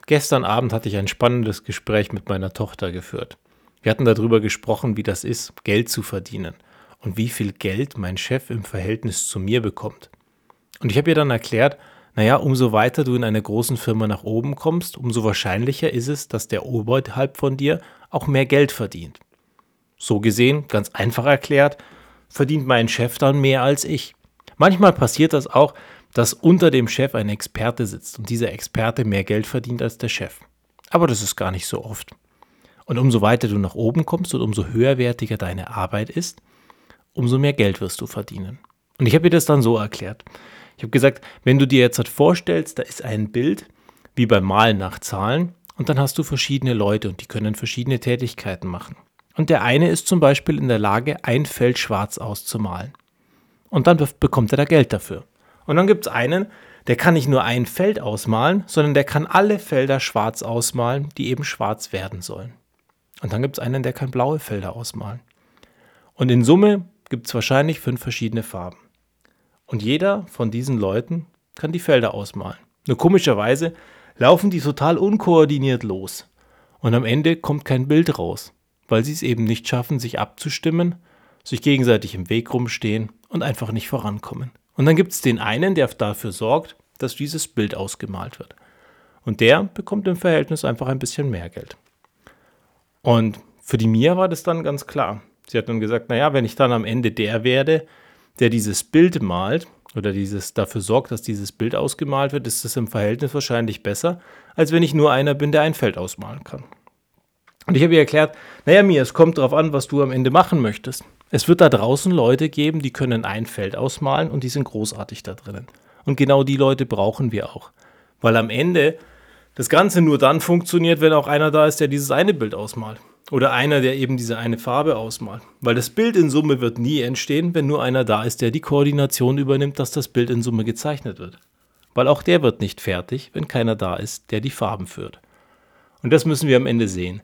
gestern Abend hatte ich ein spannendes Gespräch mit meiner Tochter geführt. Wir hatten darüber gesprochen, wie das ist, Geld zu verdienen und wie viel Geld mein Chef im Verhältnis zu mir bekommt. Und ich habe ihr dann erklärt, naja, umso weiter du in einer großen Firma nach oben kommst, umso wahrscheinlicher ist es, dass der oberhalb von dir auch mehr Geld verdient. So gesehen, ganz einfach erklärt, verdient mein Chef dann mehr als ich. Manchmal passiert das auch, dass unter dem Chef ein Experte sitzt und dieser Experte mehr Geld verdient als der Chef. Aber das ist gar nicht so oft. Und umso weiter du nach oben kommst und umso höherwertiger deine Arbeit ist, umso mehr Geld wirst du verdienen. Und ich habe ihr das dann so erklärt. Ich habe gesagt, wenn du dir jetzt halt vorstellst, da ist ein Bild, wie beim Malen nach Zahlen, und dann hast du verschiedene Leute und die können verschiedene Tätigkeiten machen. Und der eine ist zum Beispiel in der Lage, ein Feld schwarz auszumalen. Und dann bekommt er da Geld dafür. Und dann gibt es einen, der kann nicht nur ein Feld ausmalen, sondern der kann alle Felder schwarz ausmalen, die eben schwarz werden sollen. Und dann gibt es einen, der kann blaue Felder ausmalen. Und in Summe gibt es wahrscheinlich 5 verschiedene Farben. Und jeder von diesen Leuten kann die Felder ausmalen. Nur komischerweise laufen die total unkoordiniert los. Und am Ende kommt kein Bild raus, weil sie es eben nicht schaffen, sich abzustimmen, sich gegenseitig im Weg rumstehen und einfach nicht vorankommen. Und dann gibt es den einen, der dafür sorgt, dass dieses Bild ausgemalt wird. Und der bekommt im Verhältnis einfach ein bisschen mehr Geld. Und für die Mia war das dann ganz klar. Sie hat dann gesagt, naja, wenn ich dann am Ende der werde, der dieses Bild malt oder dafür sorgt, dass dieses Bild ausgemalt wird, ist das im Verhältnis wahrscheinlich besser, als wenn ich nur einer bin, der ein Feld ausmalen kann. Und ich habe ihr erklärt, naja Mia, es kommt darauf an, was du am Ende machen möchtest. Es wird da draußen Leute geben, die können ein Feld ausmalen und die sind großartig da drinnen. Und genau die Leute brauchen wir auch. Weil am Ende das Ganze nur dann funktioniert, wenn auch einer da ist, der dieses eine Bild ausmalt. Oder einer, der eben diese eine Farbe ausmalt. Weil das Bild in Summe wird nie entstehen, wenn nur einer da ist, der die Koordination übernimmt, dass das Bild in Summe gezeichnet wird. Weil auch der wird nicht fertig, wenn keiner da ist, der die Farben führt. Und das müssen wir am Ende sehen.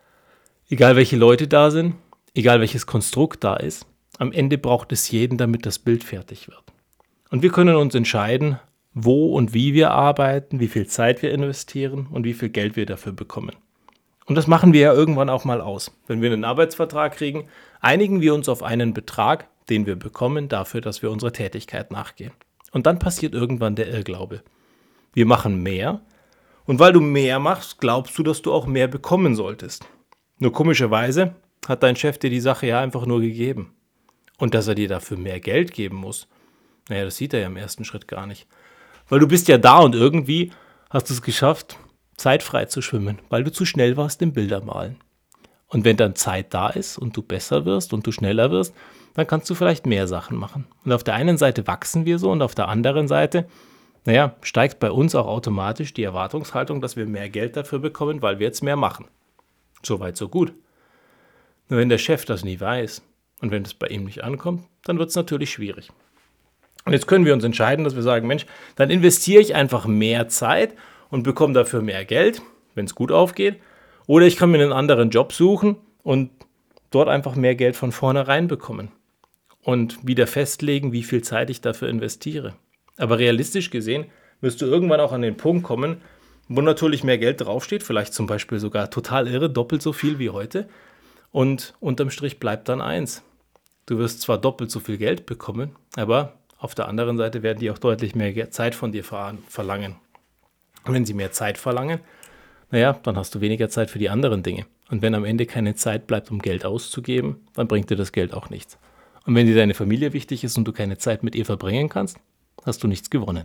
Egal welche Leute da sind, egal welches Konstrukt da ist, am Ende braucht es jeden, damit das Bild fertig wird. Und wir können uns entscheiden, wo und wie wir arbeiten, wie viel Zeit wir investieren und wie viel Geld wir dafür bekommen. Und das machen wir ja irgendwann auch mal aus. Wenn wir einen Arbeitsvertrag kriegen, einigen wir uns auf einen Betrag, den wir bekommen, dafür, dass wir unserer Tätigkeit nachgehen. Und dann passiert irgendwann der Irrglaube. Wir machen mehr und weil du mehr machst, glaubst du, dass du auch mehr bekommen solltest. Nur komischerweise hat dein Chef dir die Sache ja einfach nur gegeben. Und dass er dir dafür mehr Geld geben muss, naja, das sieht er ja im ersten Schritt gar nicht. Weil du bist ja da und irgendwie hast du es geschafft, zeitfrei zu schwimmen, weil du zu schnell warst im Bildermalen. Und wenn dann Zeit da ist und du besser wirst und du schneller wirst, dann kannst du vielleicht mehr Sachen machen. Und auf der einen Seite wachsen wir so und auf der anderen Seite, naja, steigt bei uns auch automatisch die Erwartungshaltung, dass wir mehr Geld dafür bekommen, weil wir jetzt mehr machen. Soweit, so gut. Nur wenn der Chef das nie weiß und wenn es bei ihm nicht ankommt, dann wird es natürlich schwierig. Und jetzt können wir uns entscheiden, dass wir sagen, Mensch, dann investiere ich einfach mehr Zeit und bekomme dafür mehr Geld, wenn es gut aufgeht. Oder ich kann mir einen anderen Job suchen und dort einfach mehr Geld von vornherein bekommen. Und wieder festlegen, wie viel Zeit ich dafür investiere. Aber realistisch gesehen wirst du irgendwann auch an den Punkt kommen, wo natürlich mehr Geld draufsteht, vielleicht zum Beispiel sogar total irre, doppelt so viel wie heute. Und unterm Strich bleibt dann eins. Du wirst zwar doppelt so viel Geld bekommen, aber auf der anderen Seite werden die auch deutlich mehr Zeit von dir verlangen. Und wenn sie mehr Zeit verlangen, naja, dann hast du weniger Zeit für die anderen Dinge. Und wenn am Ende keine Zeit bleibt, um Geld auszugeben, dann bringt dir das Geld auch nichts. Und wenn dir deine Familie wichtig ist und du keine Zeit mit ihr verbringen kannst, hast du nichts gewonnen.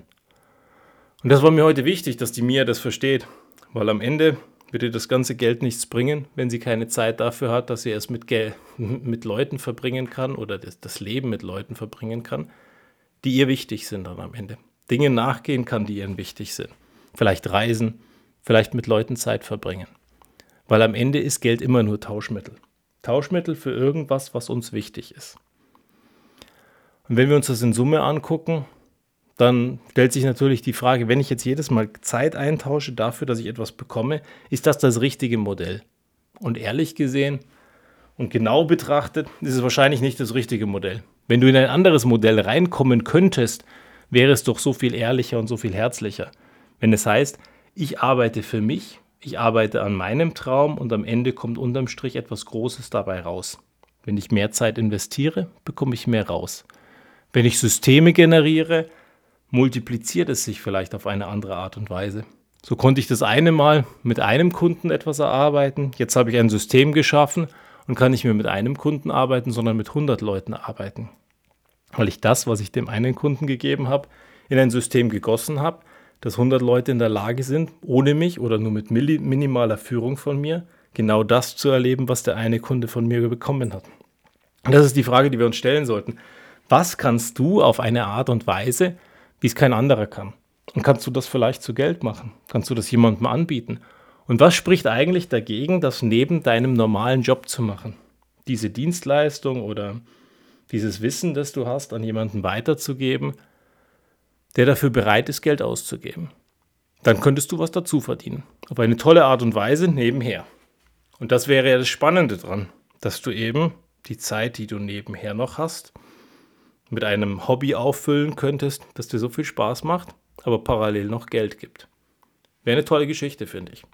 Und das war mir heute wichtig, dass die Mia das versteht, weil am Ende wird ihr das ganze Geld nichts bringen, wenn sie keine Zeit dafür hat, dass sie es mit Leuten verbringen kann oder das Leben mit Leuten verbringen kann, die ihr wichtig sind dann am Ende. Dinge nachgehen kann, die ihr wichtig sind. Vielleicht reisen, vielleicht mit Leuten Zeit verbringen. Weil am Ende ist Geld immer nur Tauschmittel. Tauschmittel für irgendwas, was uns wichtig ist. Und wenn wir uns das in Summe angucken, dann stellt sich natürlich die Frage, wenn ich jetzt jedes Mal Zeit eintausche dafür, dass ich etwas bekomme, ist das richtige Modell? Und ehrlich gesehen und genau betrachtet ist es wahrscheinlich nicht das richtige Modell. Wenn du in ein anderes Modell reinkommen könntest, wäre es doch so viel ehrlicher und so viel herzlicher. Wenn es heißt, Ich arbeite für mich, ich arbeite an meinem Traum und am Ende kommt unterm Strich etwas Großes dabei raus. Wenn ich mehr Zeit investiere, bekomme ich mehr raus. Wenn ich Systeme generiere, multipliziert es sich vielleicht auf eine andere Art und Weise. So konnte ich das eine Mal mit einem Kunden etwas erarbeiten. Jetzt habe ich ein System geschaffen und kann nicht mehr mit einem Kunden arbeiten, sondern mit 100 Leuten arbeiten. Weil ich das, was ich dem einen Kunden gegeben habe, in ein System gegossen habe, dass 100 Leute in der Lage sind, ohne mich oder nur mit minimaler Führung von mir, genau das zu erleben, was der eine Kunde von mir bekommen hat. Und das ist die Frage, die wir uns stellen sollten. Was kannst du auf eine Art und Weise, wie es kein anderer kann? Und kannst du das vielleicht zu Geld machen? Kannst du das jemandem anbieten? Und was spricht eigentlich dagegen, das neben deinem normalen Job zu machen? Diese Dienstleistung oder dieses Wissen, das du hast, an jemanden weiterzugeben, der dafür bereit ist, Geld auszugeben. Dann könntest du was dazu verdienen. Auf eine tolle Art und Weise nebenher. Und das wäre ja das Spannende dran, dass du eben die Zeit, die du nebenher noch hast, mit einem Hobby auffüllen könntest, das dir so viel Spaß macht, aber parallel noch Geld gibt. Wäre eine tolle Geschichte, finde ich.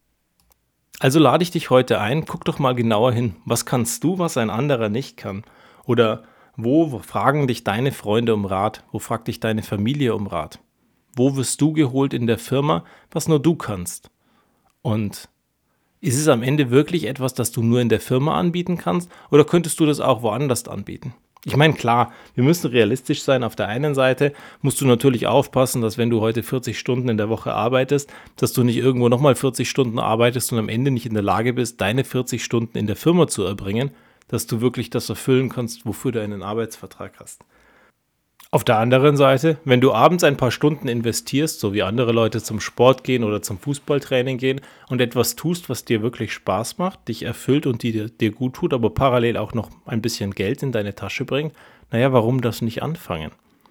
Also lade ich dich heute ein, guck doch mal genauer hin. Was kannst du, was ein anderer nicht kann? Oder wo fragen dich deine Freunde um Rat? Wo fragt dich deine Familie um Rat? Wo wirst du geholt in der Firma, was nur du kannst? Und ist es am Ende wirklich etwas, das du nur in der Firma anbieten kannst? Oder könntest du das auch woanders anbieten? Ich meine, klar, wir müssen realistisch sein. Auf der einen Seite musst du natürlich aufpassen, dass wenn du heute 40 Stunden in der Woche arbeitest, dass du nicht irgendwo nochmal 40 Stunden arbeitest und am Ende nicht in der Lage bist, deine 40 Stunden in der Firma zu erbringen, dass du wirklich das erfüllen kannst, wofür du einen Arbeitsvertrag hast. Auf der anderen Seite, wenn du abends ein paar Stunden investierst, so wie andere Leute zum Sport gehen oder zum Fußballtraining gehen und etwas tust, was dir wirklich Spaß macht, dich erfüllt und dir gut tut, aber parallel auch noch ein bisschen Geld in deine Tasche bringt, naja, warum das nicht anfangen?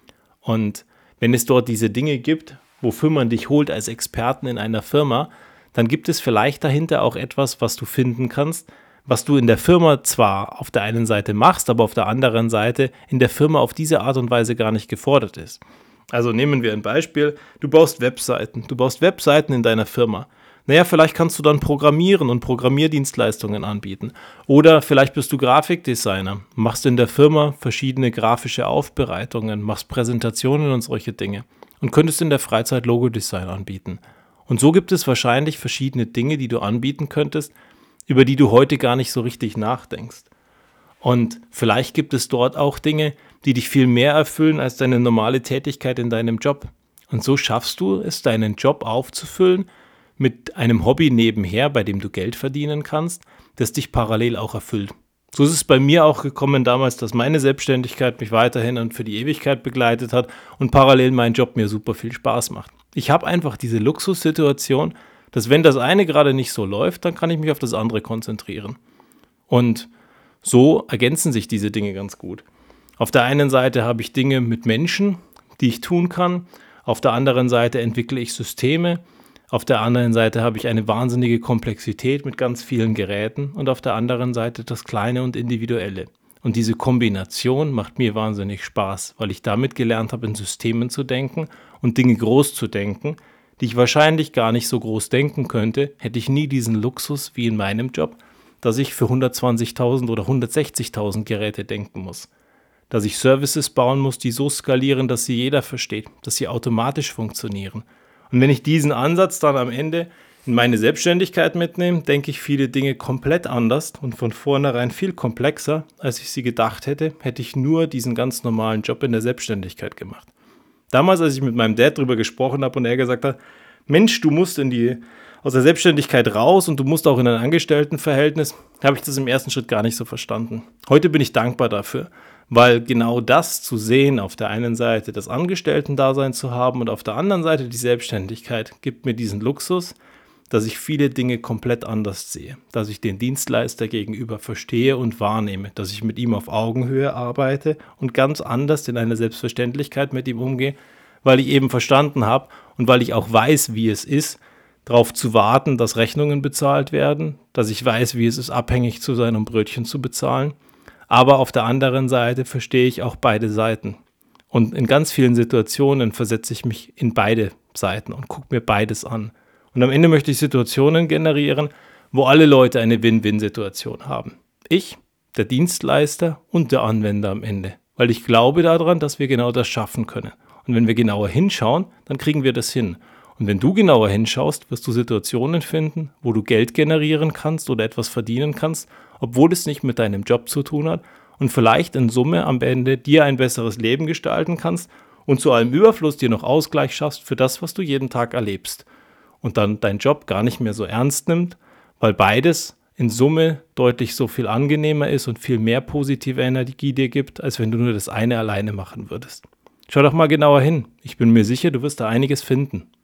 Und wenn es dort diese Dinge gibt, wofür man dich holt als Experten in einer Firma, dann gibt es vielleicht dahinter auch etwas, was du finden kannst, was du in der Firma zwar auf der einen Seite machst, aber auf der anderen Seite in der Firma auf diese Art und Weise gar nicht gefordert ist. Also nehmen wir ein Beispiel, du baust Webseiten in deiner Firma. Naja, vielleicht kannst du dann programmieren und Programmierdienstleistungen anbieten. Oder vielleicht bist du Grafikdesigner, machst in der Firma verschiedene grafische Aufbereitungen, machst Präsentationen und solche Dinge und könntest in der Freizeit Logodesign anbieten. Und so gibt es wahrscheinlich verschiedene Dinge, die du anbieten könntest, über die du heute gar nicht so richtig nachdenkst. Und vielleicht gibt es dort auch Dinge, die dich viel mehr erfüllen als deine normale Tätigkeit in deinem Job. Und so schaffst du es, deinen Job aufzufüllen mit einem Hobby nebenher, bei dem du Geld verdienen kannst, das dich parallel auch erfüllt. So ist es bei mir auch gekommen damals, dass meine Selbstständigkeit mich weiterhin und für die Ewigkeit begleitet hat und parallel mein Job mir super viel Spaß macht. Ich habe einfach diese Luxussituation, dass wenn das eine gerade nicht so läuft, dann kann ich mich auf das andere konzentrieren. Und so ergänzen sich diese Dinge ganz gut. Auf der einen Seite habe ich Dinge mit Menschen, die ich tun kann. Auf der anderen Seite entwickle ich Systeme. Auf der anderen Seite habe ich eine wahnsinnige Komplexität mit ganz vielen Geräten. Und auf der anderen Seite das Kleine und Individuelle. Und diese Kombination macht mir wahnsinnig Spaß, weil ich damit gelernt habe, in Systemen zu denken und Dinge groß zu denken, die ich wahrscheinlich gar nicht so groß denken könnte, hätte ich nie diesen Luxus wie in meinem Job, dass ich für 120.000 oder 160.000 Geräte denken muss. Dass ich Services bauen muss, die so skalieren, dass sie jeder versteht, dass sie automatisch funktionieren. Und wenn ich diesen Ansatz dann am Ende in meine Selbstständigkeit mitnehme, denke ich viele Dinge komplett anders und von vornherein viel komplexer, als ich sie gedacht hätte, hätte ich nur diesen ganz normalen Job in der Selbstständigkeit gemacht. Damals, als ich mit meinem Dad darüber gesprochen habe und er gesagt hat, Mensch, du musst aus der Selbstständigkeit raus und du musst auch in ein Angestelltenverhältnis, habe ich das im ersten Schritt gar nicht so verstanden. Heute bin ich dankbar dafür, weil genau das zu sehen, auf der einen Seite das Angestellten-Dasein zu haben und auf der anderen Seite die Selbstständigkeit, gibt mir diesen Luxus, dass ich viele Dinge komplett anders sehe, dass ich den Dienstleister gegenüber verstehe und wahrnehme, dass ich mit ihm auf Augenhöhe arbeite und ganz anders in einer Selbstverständlichkeit mit ihm umgehe, weil ich eben verstanden habe und weil ich auch weiß, wie es ist, darauf zu warten, dass Rechnungen bezahlt werden, dass ich weiß, wie es ist, abhängig zu sein, um Brötchen zu bezahlen. Aber auf der anderen Seite verstehe ich auch beide Seiten. Und in ganz vielen Situationen versetze ich mich in beide Seiten und gucke mir beides an. Und am Ende möchte ich Situationen generieren, wo alle Leute eine Win-Win-Situation haben. Ich, der Dienstleister und der Anwender am Ende. Weil ich glaube daran, dass wir genau das schaffen können. Und wenn wir genauer hinschauen, dann kriegen wir das hin. Und wenn du genauer hinschaust, wirst du Situationen finden, wo du Geld generieren kannst oder etwas verdienen kannst, obwohl es nicht mit deinem Job zu tun hat und vielleicht in Summe am Ende dir ein besseres Leben gestalten kannst und zu allem Überfluss dir noch Ausgleich schaffst für das, was du jeden Tag erlebst. Und dann dein Job gar nicht mehr so ernst nimmt, weil beides in Summe deutlich so viel angenehmer ist und viel mehr positive Energie dir gibt, als wenn du nur das eine alleine machen würdest. Schau doch mal genauer hin. Ich bin mir sicher, du wirst da einiges finden.